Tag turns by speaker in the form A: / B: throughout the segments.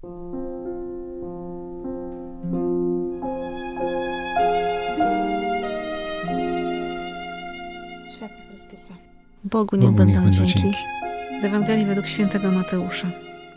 A: Światło Chrystusa.
B: Bogu niech będą dzięki.
A: Z Ewangelii według świętego Mateusza.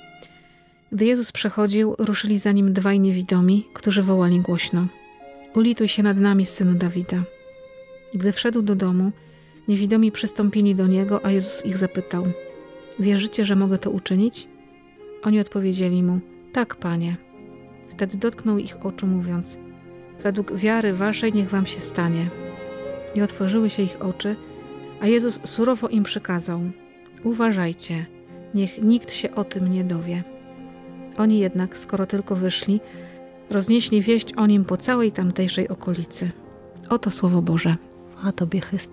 A: Gdy Jezus przechodził, ruszyli za nim dwaj niewidomi, którzy wołali głośno: Ulituj się nad nami, Synu Dawida. Gdy wszedł do domu, niewidomi przystąpili do niego, a Jezus ich zapytał: Wierzycie, że mogę to uczynić? Oni odpowiedzieli mu: Tak, Panie. Wtedy dotknął ich oczu, mówiąc: Według wiary waszej niech wam się stanie. I otworzyły się ich oczy, a Jezus surowo im przykazał: Uważajcie, niech nikt się o tym nie dowie. Oni jednak, skoro tylko wyszli, roznieśli wieść o nim po całej tamtejszej okolicy. Oto Słowo Boże.
B: A Tobie Chryste.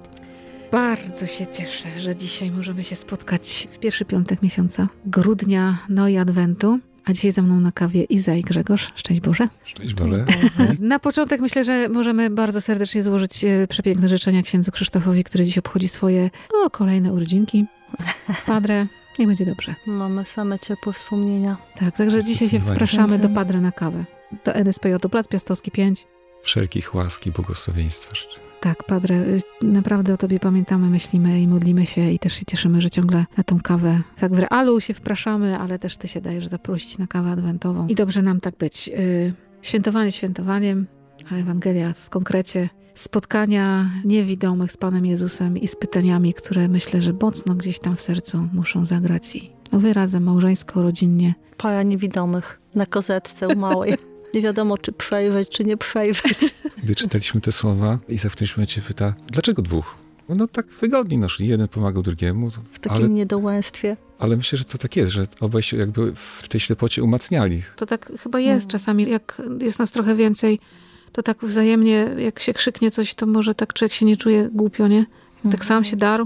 A: Bardzo się cieszę, że dzisiaj możemy się spotkać w pierwszy piątek miesiąca grudnia, no i Adwentu. A dzisiaj ze mną na kawie Iza i Grzegorz. Szczęść Boże.
C: Szczęść Boże.
A: Na początek myślę, że możemy bardzo serdecznie złożyć przepiękne życzenia księdzu Krzysztofowi, który dziś obchodzi swoje kolejne urodzinki. Padre, niech będzie dobrze.
B: Mamy same ciepłe wspomnienia.
A: Tak, także dzisiaj się wpraszamy do Padre na kawę. Do NSPJ, Plac Piastowski 5.
C: Wszelkich łaski, błogosławieństwa życzę.
A: Tak, Padre, naprawdę o Tobie pamiętamy, myślimy i modlimy się i też się cieszymy, że ciągle na tą kawę tak w realu się wpraszamy, ale też Ty się dajesz zaprosić na kawę adwentową. I dobrze nam tak być. Świętowanie świętowaniem, a Ewangelia w konkrecie spotkania niewidomych z Panem Jezusem i z pytaniami, które myślę, że mocno gdzieś tam w sercu muszą zagrać i wy razem małżeńsko, rodzinnie.
B: Para niewidomych na kozetce u małej. Nie wiadomo, czy przejrzeć, czy nie przejrzeć.
C: Gdy czytaliśmy te słowa, Iza w którymś momencie pyta, dlaczego dwóch? No tak wygodnie szli, jeden pomagał drugiemu.
B: W takim niedołęstwie.
C: Ale myślę, że to tak jest, że obaj się jakby w tej ślepocie umacniali.
A: To tak chyba jest czasami, jak jest nas trochę więcej, to tak wzajemnie, jak się krzyknie coś, to może tak człowiek się nie czuje głupio, nie? Tak sam się darł.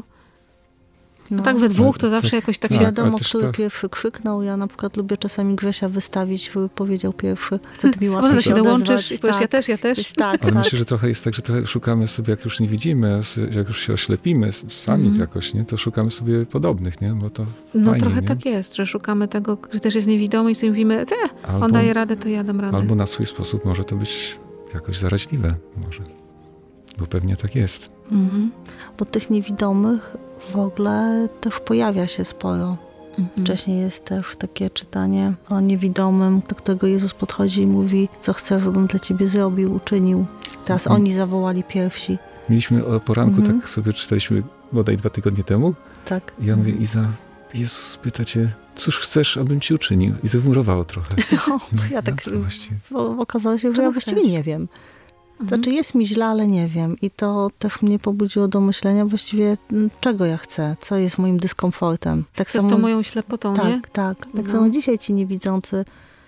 A: No tak we dwóch to zawsze jakoś tak się...
B: Wiadomo, który pierwszy krzyknął. Ja na przykład lubię czasami Grzesia wystawić, żeby powiedział pierwszy. Wtedy mi łatwiej się
A: dołączysz i powiesz, ja też.
B: Tak,
C: ale myślę, że trochę jest tak, że trochę szukamy sobie, jak już nie widzimy, jak już się oślepimy sami jakoś, nie? To szukamy sobie podobnych, nie? Bo to
A: no
C: fajnie,
A: trochę
C: nie?
A: tak jest, że szukamy tego, że też jest niewidomy i sobie mówimy, on daje radę, to ja dam radę.
C: Albo na swój sposób może to być jakoś zaraźliwe, może. Bo pewnie tak jest.
B: Bo tych niewidomych w ogóle też pojawia się sporo. Wcześniej jest też takie czytanie o niewidomym, do którego Jezus podchodzi i mówi, co chcesz, żebym dla ciebie zrobił, uczynił. Teraz oni zawołali pierwsi.
C: Mieliśmy o poranku, tak sobie czytaliśmy bodaj 2 tygodnie temu.
B: Tak.
C: I ja mówię, Iza, Jezus pyta cię, cóż chcesz, abym ci uczynił? I zamurowało trochę.
B: Ja tak okazało się, że ja właściwie nie wiem. Znaczy jest mi źle, ale nie wiem. I to też mnie pobudziło do myślenia właściwie, czego ja chcę, co jest moim dyskomfortem. Tak
A: samo, z tą moją ślepotą, nie?
B: Tak. Tak samo dzisiaj ci niewidzący,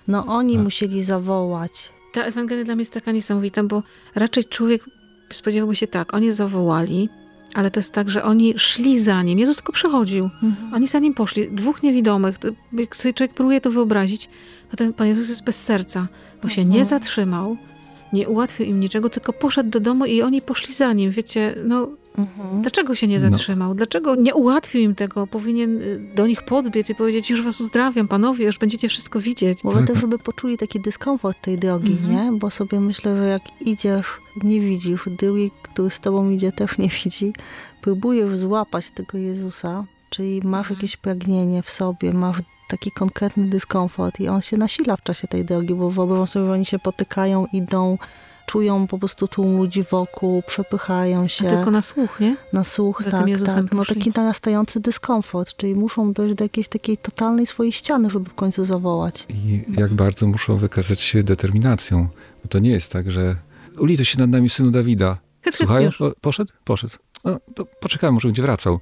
B: oni musieli zawołać.
A: Ta Ewangelia dla mnie jest taka niesamowita, bo raczej człowiek spodziewałby się tak, oni zawołali, ale to jest tak, że oni szli za nim. Jezus tylko przechodził. Oni za nim poszli. 2 niewidomych. Jak sobie człowiek próbuje to wyobrazić, to ten Pan Jezus jest bez serca, bo się nie zatrzymał, nie ułatwił im niczego, tylko poszedł do domu i oni poszli za nim. Wiecie, dlaczego się nie zatrzymał? Dlaczego nie ułatwił im tego? Powinien do nich podbiec i powiedzieć, już was uzdrawiam, panowie, już będziecie wszystko widzieć.
B: Może też, żeby poczuli taki dyskomfort tej drogi, nie? Bo sobie myślę, że jak idziesz, nie widzisz, drugi, który z tobą idzie, też nie widzi. Próbujesz złapać tego Jezusa, czyli masz jakieś pragnienie w sobie, masz taki konkretny dyskomfort i on się nasila w czasie tej drogi, bo wyobrażam sobie, że oni się potykają, idą, czują po prostu tłum ludzi wokół, przepychają się.
A: A tylko na słuch, nie?
B: Na słuch, tak. No taki narastający dyskomfort, czyli muszą dojść do jakiejś takiej totalnej swojej ściany, żeby w końcu zawołać.
C: I jak bardzo muszą wykazać się determinacją, bo to nie jest tak, że ulituj się nad nami, Synu Dawida. Słuchaj, poszedł? Poszedł. No, to poczekamy, może będzie wracał.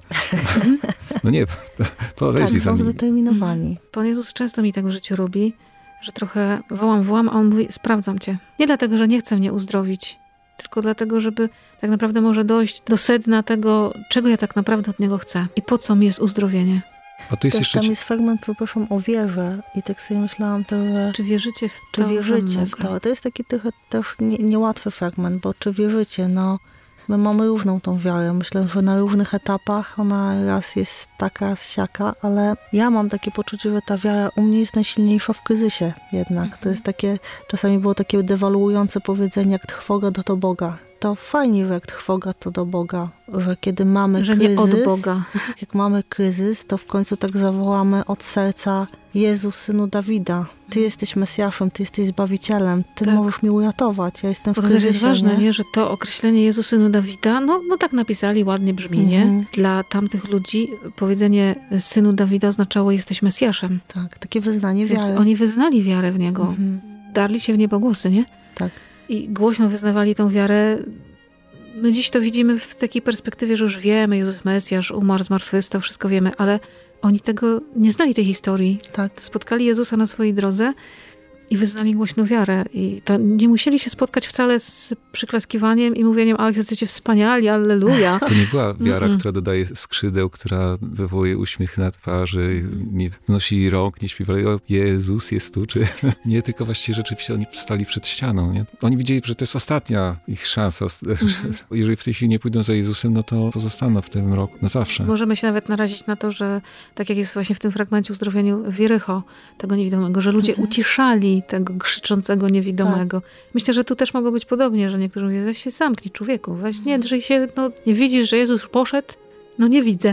C: No nie, poleźli za nim.
B: Są zdeterminowani.
A: Pan Jezus często mi tak w życiu robi, że trochę wołam, a on mówi, sprawdzam cię. Nie dlatego, że nie chce mnie uzdrowić, tylko dlatego, żeby tak naprawdę może dojść do sedna tego, czego ja tak naprawdę od niego chcę i po co mi jest uzdrowienie.
C: A to jest jeszcze...
B: Tam jest fragment, przepraszam, o wierze i tak sobie myślałam to, że...
A: Czy wierzycie w to?
B: Czy wierzycie w to? To jest taki trochę też niełatwy fragment, bo czy wierzycie, My mamy różną tą wiarę. Myślę, że na różnych etapach ona raz jest taka, raz siaka, ale ja mam takie poczucie, że ta wiara u mnie jest najsilniejsza w kryzysie jednak. To jest takie, czasami było takie dewaluujące powiedzenie, jak trwoga do Boga. To fajnie, że jak trwoga to do Boga, że kiedy mamy
A: że
B: kryzys,
A: nie od Boga.
B: Jak mamy kryzys, to w końcu tak zawołamy od serca: Jezu, Synu Dawida, Ty jesteś Mesjaszem, Ty jesteś Zbawicielem, Ty możesz mi uratować, ja jestem w kryzysie.
A: To jest ważne, nie? Że to określenie Jezu, Synu Dawida, no tak napisali, ładnie brzmi, nie? Dla tamtych ludzi powiedzenie Synu Dawida oznaczało: jesteś Mesjaszem.
B: Tak, takie wyznanie wiary.
A: Więc oni wyznali wiarę w Niego. Darli się w niebogłosy, nie?
B: Tak.
A: I głośno wyznawali tą wiarę. My dziś to widzimy w takiej perspektywie, że już wiemy, Jezus Mesjasz umarł, zmartwychwstał, wszystko wiemy, ale oni tego nie znali, tej historii.
B: Tak.
A: Spotkali Jezusa na swojej drodze i wyznali głośno wiarę. I to nie musieli się spotkać wcale z przyklaskiwaniem i mówieniem: ale jesteście wspaniali, alleluja.
C: To nie była wiara, która dodaje skrzydeł, która wywołuje uśmiech na twarzy, nie wnosi rąk, nie śpiewali: o Jezus jest tu, czy nie, tylko właściwie rzeczywiście oni stali przed ścianą. Nie? Oni widzieli, że to jest ostatnia ich szansa. Jeżeli w tej chwili nie pójdą za Jezusem, no to pozostaną w tym roku na zawsze.
A: Możemy się nawet narazić na to, że tak jak jest właśnie w tym fragmencie uzdrowieniu w Jericho, tego niewidomego, że ludzie uciszali tego krzyczącego niewidomego. Tak. Myślę, że tu też mogło być podobnie, że niektórzy mówią: weź się zamknij, człowieku, weź nie drzyj się, no nie widzisz, że Jezus poszedł? No nie widzę.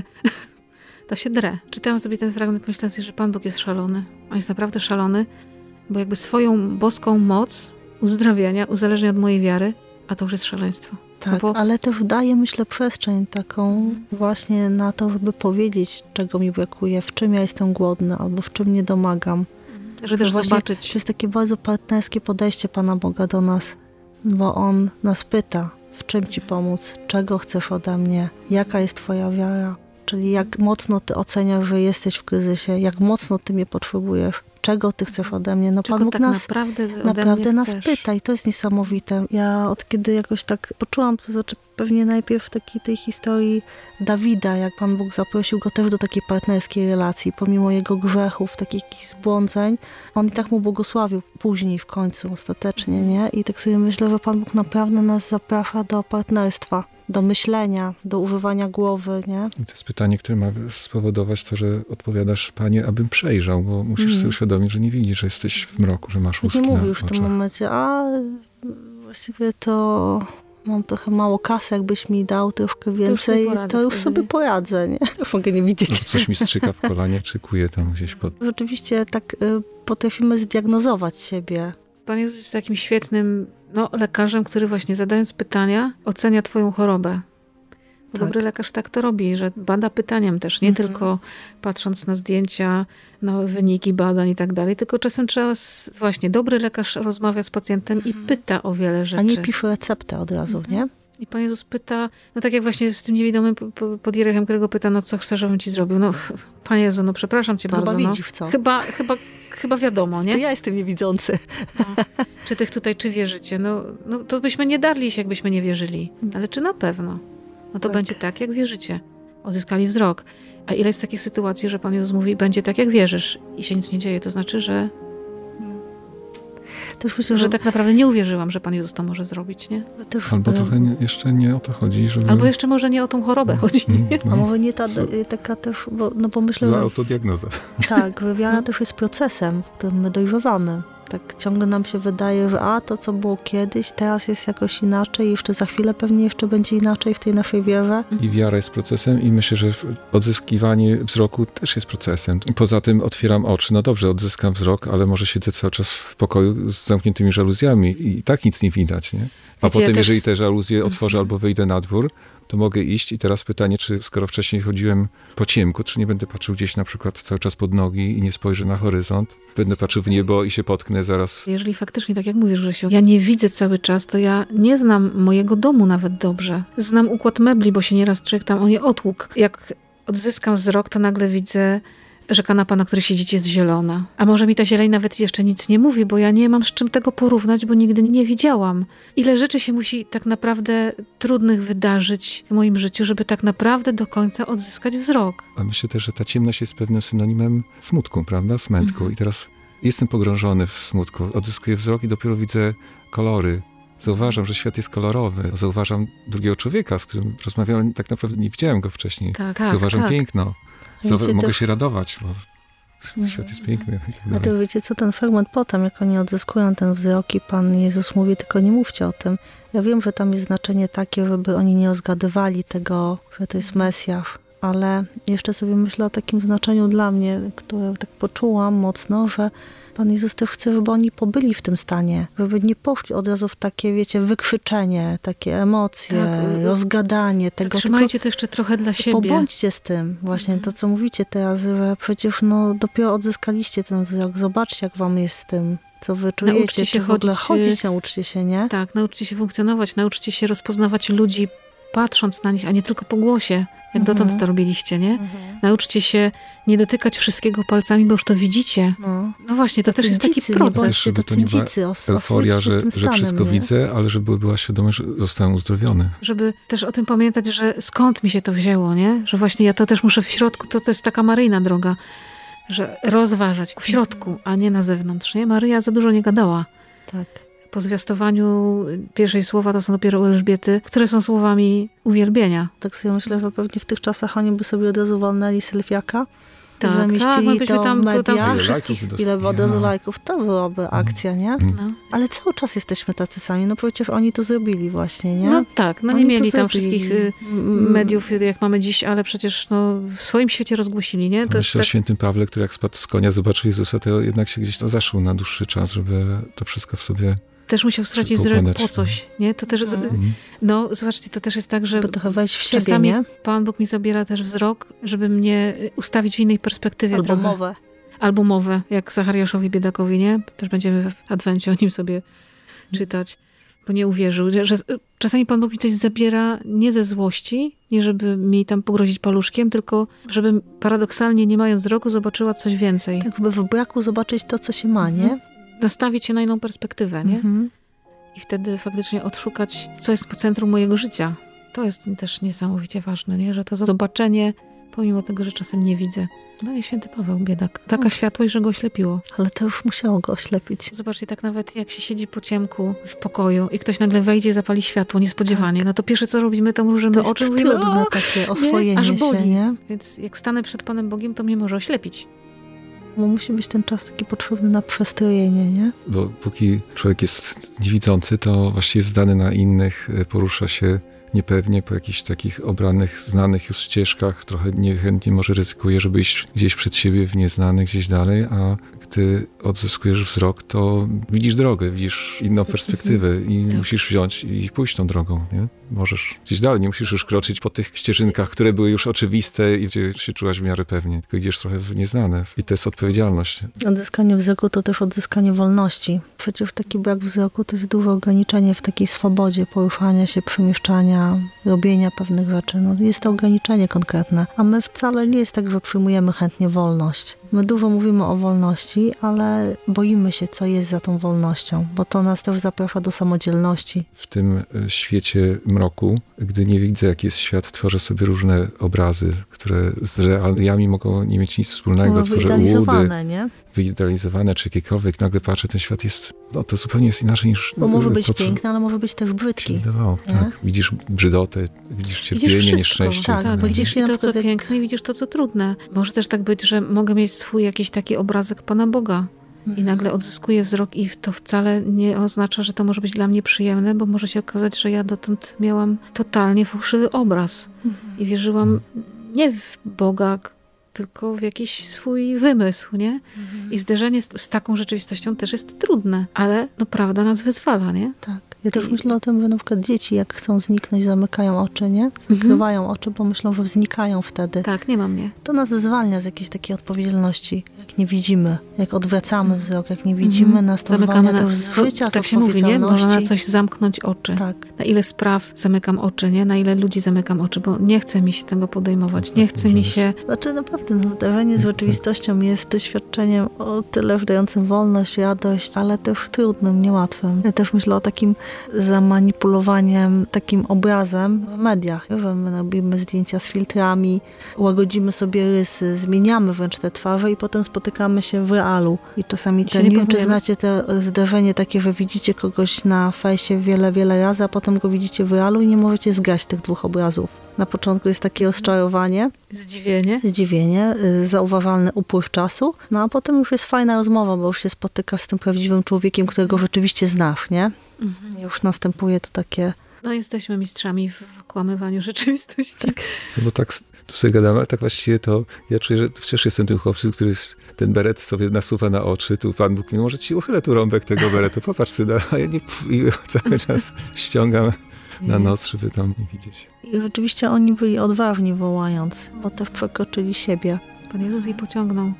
A: To się drę. Czytałam sobie ten fragment, myśląc, że Pan Bóg jest szalony. On jest naprawdę szalony, bo jakby swoją boską moc uzdrawiania uzależnia od mojej wiary, a to już jest szaleństwo.
B: Tak, ale też daje, myślę, przestrzeń taką właśnie na to, żeby powiedzieć, czego mi brakuje, w czym ja jestem głodny, albo w czym nie domagam.
A: Że też zobaczyć.
B: To jest takie bardzo partnerskie podejście Pana Boga do nas, bo On nas pyta: w czym Ci pomóc, czego chcesz ode mnie, jaka jest Twoja wiara, czyli jak mocno Ty oceniasz, że jesteś w kryzysie, jak mocno Ty mnie potrzebujesz, czego Ty chcesz ode mnie. No,
A: czego
B: Pan Bóg
A: tak
B: naprawdę nas pyta i to jest niesamowite. Ja od kiedy jakoś tak poczułam, to znaczy pewnie najpierw tej historii Dawida, jak Pan Bóg zaprosił go też do takiej partnerskiej relacji, pomimo jego grzechów, takich jakichś zbłądzeń, on i tak mu błogosławił później w końcu, ostatecznie, nie? I tak sobie myślę, że Pan Bóg naprawdę nas zaprasza do partnerstwa, do myślenia, do używania głowy, nie?
C: I to jest pytanie, które ma spowodować to, że odpowiadasz: Panie, abym przejrzał, bo musisz sobie uświadomić, że nie widzisz, że jesteś w mroku, że masz łuski na oczach.
B: Nie mówisz w tym momencie: a właściwie to mam trochę mało kasy, jakbyś mi dał troszkę więcej, to już sobie poradzę, nie? Już mogę nie widzieć.
C: No, coś mi strzyka w kolanie, czy kuje tam gdzieś pod...
B: Rzeczywiście tak potrafimy zdiagnozować siebie.
A: Pan Jezus jest takim świetnym lekarzem, który właśnie zadając pytania ocenia twoją chorobę. Tak. Dobry lekarz tak to robi, że bada pytaniem też, nie tylko patrząc na zdjęcia, na wyniki badań i tak dalej, tylko czasem trzeba, właśnie dobry lekarz rozmawia z pacjentem i pyta o wiele rzeczy.
B: A nie pisze receptę od razu, nie?
A: I Pan Jezus pyta, tak jak właśnie z tym niewidomym pod Jeriechem, którego pyta: co chcesz, żebym ci zrobił? Panie Jezu, przepraszam cię bardzo.
B: Chyba widzisz, co?
A: Chyba wiadomo, nie?
B: To ja jestem niewidzący.
A: Czy tych tutaj, czy wierzycie? To byśmy nie darli się, jakbyśmy nie wierzyli. Ale czy na pewno? To będzie tak, jak wierzycie. Odzyskali wzrok. A ile jest takich sytuacji, że Pan Jezus mówi: będzie tak, jak wierzysz, i się nic nie dzieje. To znaczy, że myślę, że tak naprawdę nie uwierzyłam, że Pan Jezus to może zrobić, nie?
C: Albo trochę jeszcze nie o to chodzi, żeby...
A: Albo jeszcze może nie o tą chorobę chodzi.
B: A może nie taka też, bo myślę,
C: że... autodiagnoza.
B: Tak, że wiara też jest procesem, w którym my dojrzewamy. Tak ciągle nam się wydaje, że to, co było kiedyś, teraz jest jakoś inaczej, jeszcze za chwilę pewnie jeszcze będzie inaczej w tej naszej wierze.
C: I wiara jest procesem i myślę, że odzyskiwanie wzroku też jest procesem. Poza tym otwieram oczy. No dobrze, odzyskam wzrok, ale może siedzę cały czas w pokoju z zamkniętymi żaluzjami i tak nic nie widać, nie? A potem, jeżeli te żaluzje otworzę albo wyjdę na dwór, to mogę iść i teraz pytanie, czy skoro wcześniej chodziłem po ciemku, czy nie będę patrzył gdzieś na przykład cały czas pod nogi i nie spojrzę na horyzont? Będę patrzył w niebo i się potknę zaraz.
A: Jeżeli faktycznie, tak jak mówisz, Grzesiu, ja nie widzę cały czas, to ja nie znam mojego domu nawet dobrze. Znam układ mebli, bo się nieraz człowiek tam o nie otłukł. Jak odzyskam wzrok, to nagle widzę, że kanapa, na której siedzicie, jest zielona. A może mi ta zieleń nawet jeszcze nic nie mówi, bo ja nie mam z czym tego porównać, bo nigdy nie widziałam. Ile rzeczy się musi tak naprawdę trudnych wydarzyć w moim życiu, żeby tak naprawdę do końca odzyskać wzrok.
C: A myślę też, że ta ciemność jest pewnym synonimem smutku, prawda? Smętku. I teraz jestem pogrążony w smutku, odzyskuję wzrok i dopiero widzę kolory Zauważam, że świat jest kolorowy. Zauważam drugiego człowieka, z którym rozmawiałem, tak naprawdę nie widziałem go wcześniej. Zauważam piękno. Mogę się radować, bo świat jest piękny.
B: A to wiecie co, ten fragment potem, jak oni odzyskują ten wzrok i Pan Jezus mówi, tylko nie mówcie o tym. Ja wiem, że tam jest znaczenie takie, żeby oni nie rozgadywali tego, że to jest Mesjasz, ale jeszcze sobie myślę o takim znaczeniu dla mnie, które tak poczułam mocno, że Pan Jezus też chce, żeby oni pobyli w tym stanie, żeby nie poszli od razu w takie, wiecie, wykrzyczenie, takie emocje, rozgadanie tego.
A: Trzymajcie to jeszcze trochę dla siebie.
B: Pobądźcie z tym, właśnie to, co mówicie teraz, że przecież dopiero odzyskaliście ten wzrok. Zobaczcie, jak wam jest z tym, co wy czujecie.
A: Nauczcie się
B: chodzić, nauczcie się, nie?
A: Tak, nauczcie się funkcjonować, nauczcie się rozpoznawać ludzi, patrząc na nich, a nie tylko po głosie, jak dotąd to robiliście, nie? Nauczcie się nie dotykać wszystkiego palcami, bo już to widzicie. No właśnie, to też jest taki proces.
C: Żeby to nie była euforia, że wszystko widzę, ale żeby była świadomość, że zostałem uzdrowiony.
A: Żeby też o tym pamiętać, że skąd mi się to wzięło, nie? Że właśnie ja to też muszę w środku, to jest taka Maryjna droga, że rozważać w środku, a nie na zewnątrz, nie? Maryja za dużo nie gadała.
B: Tak.
A: Po zwiastowaniu pierwszej słowa to są dopiero u Elżbiety, które są słowami uwielbienia.
B: Tak sobie myślę, że pewnie w tych czasach oni by sobie od razu walnęli selfiaka.
A: Tak,
B: zamieścili to
A: tam,
B: w mediach.
C: Ile
B: by od razu lajków, to byłaby akcja, nie? Ale cały czas jesteśmy tacy sami. No przecież oni to zrobili właśnie, nie?
A: No tak, nie mieli tam wszystkich mediów, jak mamy dziś, ale przecież w swoim świecie rozgłosili, nie?
C: To myślę o świętym Pawle, który jak spadł z konia, zobaczył Jezusa, to jednak się gdzieś tam zaszł na dłuższy czas, żeby to wszystko w sobie...
A: Też musiał stracić wzrok po coś, nie? To też, zobaczcie, to też jest tak, że
B: trochę wejść w siebie,
A: czasami
B: nie?
A: Pan Bóg mi zabiera też wzrok, żeby mnie ustawić w innej perspektywie. Albo mowę, jak Zachariaszowi biedakowi, nie? Też będziemy w Adwencie o nim sobie czytać, bo nie uwierzył. Że czasami Pan Bóg mi coś zabiera nie ze złości, nie żeby mi tam pogrozić paluszkiem, tylko żebym paradoksalnie, nie mając wzroku, zobaczyła coś więcej.
B: Tak, żeby w braku zobaczyć to, co się ma, nie?
A: Nastawić się na inną perspektywę, nie? I wtedy faktycznie odszukać, co jest po centrum mojego życia. To jest też niesamowicie ważne, nie? Że to zobaczenie, pomimo tego, że czasem nie widzę. No i święty Paweł, biedak. Taka światłość, że go oślepiło.
B: Ale to już musiało go oślepić.
A: Zobaczcie, tak nawet jak się siedzi po ciemku w pokoju i ktoś nagle wejdzie i zapali światło niespodziewanie, no to pierwsze co robimy, to mrużymy oczy.
B: To jest trudne takie oswojenie
A: aż boli.
B: się, nie?
A: Więc jak stanę przed Panem Bogiem, to mnie może oślepić.
B: Bo musi być ten czas taki potrzebny na przestrojenie, nie?
C: Bo póki człowiek jest niewidzący, to właściwie jest zdany na innych, porusza się niepewnie po jakichś takich obranych, znanych już ścieżkach, trochę niechętnie może ryzykuje, żeby iść gdzieś przed siebie w nieznane, gdzieś dalej, a gdy odzyskujesz wzrok, to widzisz drogę, widzisz inną perspektywę i musisz wziąć i pójść tą drogą, nie? Możesz gdzieś dalej, nie musisz już kroczyć po tych ścieżynkach, które były już oczywiste i gdzie się czułaś w miarę pewnie, tylko idziesz trochę w nieznane i to jest odpowiedzialność.
B: Odzyskanie wzroku to też odzyskanie wolności. Przecież taki brak wzroku to jest duże ograniczenie w takiej swobodzie poruszania się, przemieszczania, robienia pewnych rzeczy. No, jest to ograniczenie konkretne, a my wcale nie jest tak, że przyjmujemy chętnie wolność. My dużo mówimy o wolności, ale boimy się, co jest za tą wolnością, bo to nas też zaprasza do samodzielności.
C: W tym świecie mroku, gdy nie widzę, jaki jest świat, tworzę sobie różne obrazy, które z realiami mogą nie mieć nic wspólnego. Tworzę ułudy,
B: nie?
C: wyidealizowane, czy jakiekolwiek. Nagle patrzę, ten świat jest, to zupełnie jest inaczej niż...
B: Bo może być piękny, ale może być też brzydki.
C: Tak, widzisz brzydotę, widzisz cierpienie, nieszczęście.
A: Tak, widzisz to, co piękne i widzisz to, co trudne. Może też tak być, że mogę mieć swój jakiś taki obrazek Pana Boga i nagle odzyskuję wzrok i to wcale nie oznacza, że to może być dla mnie przyjemne, bo może się okazać, że ja dotąd miałam totalnie fałszywy obraz i wierzyłam nie w Boga, tylko w jakiś swój wymysł, nie? I zderzenie z taką rzeczywistością też jest trudne, ale prawda nas wyzwala, nie?
B: Tak. Ja też myślę o tym, że na przykład dzieci, jak chcą zniknąć, zamykają oczy, nie? Zakrywają oczy, bo myślą, że znikają wtedy.
A: Tak, nie ma mnie.
B: To nas zwalnia z jakiejś takiej odpowiedzialności. Jak nie widzimy, jak odwracamy wzrok, jak nie widzimy, nas to zwalnia też z życia,
A: tak się mówi, nie? Można na coś zamknąć oczy.
B: Tak.
A: Na ile spraw zamykam oczy, nie? Na ile ludzi zamykam oczy, bo nie chce mi się tego podejmować. Nie chce mi się...
B: Znaczy naprawdę, zdarzenie z rzeczywistością jest doświadczeniem o tyle dającym wolność, radość, ale też trudnym, niełatwym. Ja też myślę o takim zamanipulowaniem takim obrazem w mediach, że my robimy zdjęcia z filtrami, łagodzimy sobie rysy, zmieniamy wręcz te twarze i potem spotykamy się w realu. I czasami nie wiem, czy znacie te zdarzenie takie, że widzicie kogoś na fejsie wiele razy, a potem go widzicie w realu i nie możecie zgrać tych dwóch obrazów. Na początku jest takie rozczarowanie. Zdziwienie, zauważalny upływ czasu, no a potem już jest fajna rozmowa, bo już się spotykasz z tym prawdziwym człowiekiem, którego rzeczywiście znasz, nie? Mhm. Już następuje to takie...
A: No jesteśmy mistrzami w kłamywaniu rzeczywistości.
C: Tak. No bo tak tu sobie gadamy, ale tak właściwie to ja czuję, że wciąż jestem tym chłopcem, który ten beret sobie nasuwa na oczy. Tu Pan Bóg mi, może ci uchylę tu rąbek tego beretu, popatrz syna, a ja nie i cały czas ściągam na nos, żeby tam nie widzieć.
B: I rzeczywiście oni byli odważni wołając, bo też przekroczyli siebie.
A: Pan Jezus jej pociągnął.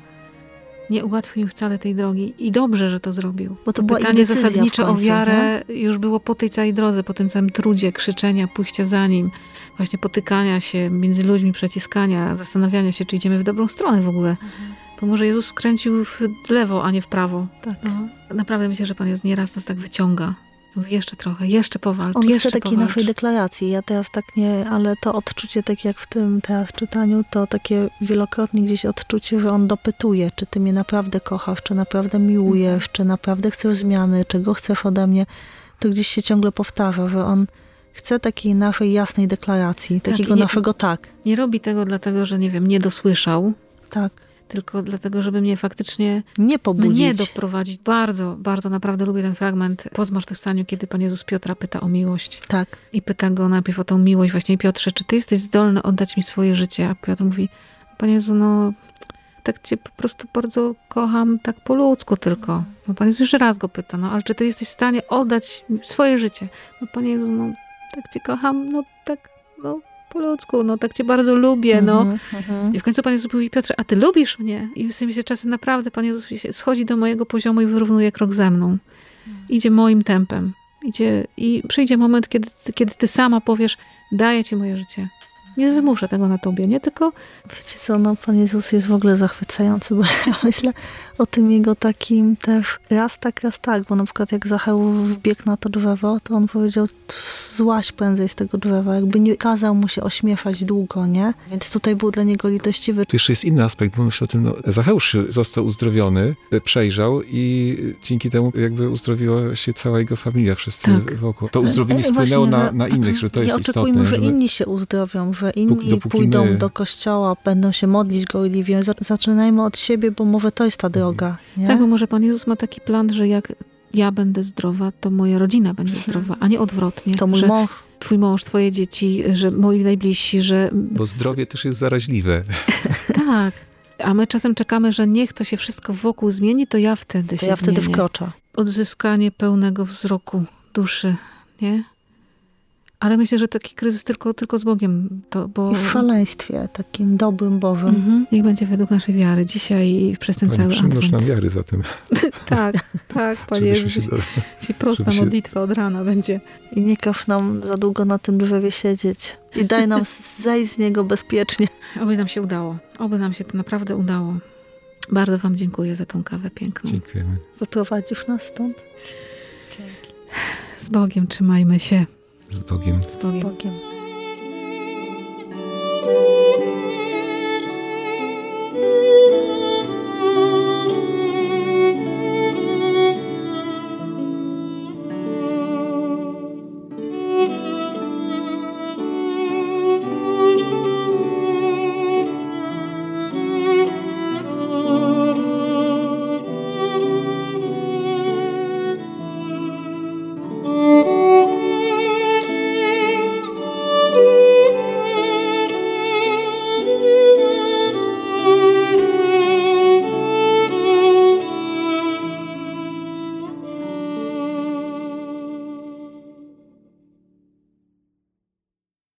A: Nie ułatwił im wcale tej drogi. I dobrze, że to zrobił.
B: Bo to była
A: pytanie zasadnicze o wiarę już było po tej całej drodze, po tym całym trudzie, krzyczenia, pójścia za nim, właśnie potykania się między ludźmi, przeciskania, zastanawiania się, czy idziemy w dobrą stronę w ogóle. Bo może Jezus skręcił w lewo, a nie w prawo.
B: Tak.
A: No. Naprawdę myślę, że Pan Jezus nieraz nas tak wyciąga. Mówi, jeszcze trochę, jeszcze powalcz,
B: On
A: jeszcze
B: chce takiej naszej deklaracji. Ja teraz tak nie, ale to odczucie, tak jak w tym teraz czytaniu, to takie wielokrotnie gdzieś odczucie, że on dopytuje, czy ty mnie naprawdę kochasz, czy naprawdę miłujesz, czy naprawdę chcesz zmiany, czego chcesz ode mnie. To gdzieś się ciągle powtarza, że on chce takiej naszej jasnej deklaracji, takiego naszego tak.
A: Nie robi tego dlatego, że nie wiem, nie dosłyszał.
B: Tak.
A: Tylko dlatego, żeby mnie faktycznie
B: nie pobudzić.
A: Mnie doprowadzić. Bardzo, bardzo naprawdę lubię ten fragment po zmartwychwstaniu, kiedy Pan Jezus Piotra pyta o miłość.
B: Tak.
A: I pyta go najpierw o tą miłość. Właśnie Piotrze, czy ty jesteś zdolny oddać mi swoje życie? A Piotr mówi, Panie Jezu, no tak cię po prostu bardzo kocham, tak po ludzku tylko. No Pan Jezus już raz go pyta, no ale czy ty jesteś w stanie oddać swoje życie? No Panie Jezu, no tak cię kocham, no tak, no po ludzku, no tak cię bardzo lubię, no. I w końcu Pan Jezus mówi, Piotrze, a ty lubisz mnie? I w sensie czasem naprawdę Pan Jezus schodzi do mojego poziomu i wyrównuje krok ze mną. Idzie moim tempem. Idzie i przyjdzie moment, kiedy ty sama powiesz, daję ci moje życie. Nie wymuszę tego na tobie, nie? Tylko...
B: Wiecie co, no Pan Jezus jest w ogóle zachwycający, bo ja myślę o tym jego takim też raz tak, bo na przykład jak Zacheusz wbiegł na to drzewo, to on powiedział, złaź prędzej z tego drzewa, jakby nie kazał mu się ośmieszać długo, nie? Więc tutaj był dla niego litościwy.
C: Tu jeszcze jest inny aspekt, bo myślę o tym, no, Zacheusz został uzdrowiony, przejrzał i dzięki temu jakby uzdrowiła się cała jego familia, wszyscy wokół. To uzdrowienie spłynęło na innych, że to jest istotne. Nie oczekujmy,
B: że inni się uzdrowią, że inni pójdą do kościoła, będą się modlić gorliwie. Zaczynajmy od siebie, bo może to jest ta droga. Nie?
A: Tak, bo może Pan Jezus ma taki plan, że jak ja będę zdrowa, to moja rodzina będzie zdrowa, a nie odwrotnie.
B: To mój mąż.
A: Twój mąż, twoje dzieci, że moi najbliżsi, że...
C: Bo zdrowie też jest zaraźliwe.
A: Tak. A my czasem czekamy, że niech to się wszystko wokół zmieni, to ja wtedy się zmienię.
B: Wtedy wkroczę.
A: Odzyskanie pełnego wzroku duszy, nie? Ale myślę, że taki kryzys tylko z Bogiem.
B: I w szaleństwie, takim dobrym Bożym.
A: Niech będzie według naszej wiary dzisiaj i przez ten cały adwent.
C: Przymnóż nam wiary zatem.
A: tak, Panie Jezu. Dzisiaj prosta modlitwa od rana będzie.
B: I nie każ nam za długo na tym drzewie siedzieć. I daj nam zejść z niego bezpiecznie.
A: Oby nam się udało. Oby nam się to naprawdę udało. Bardzo wam dziękuję za tą kawę piękną.
C: Dziękujemy.
B: Wyprowadzisz nas stąd?
A: Dzięki. Z Bogiem trzymajmy się.
C: Z Bogiem.
A: Z Bogiem.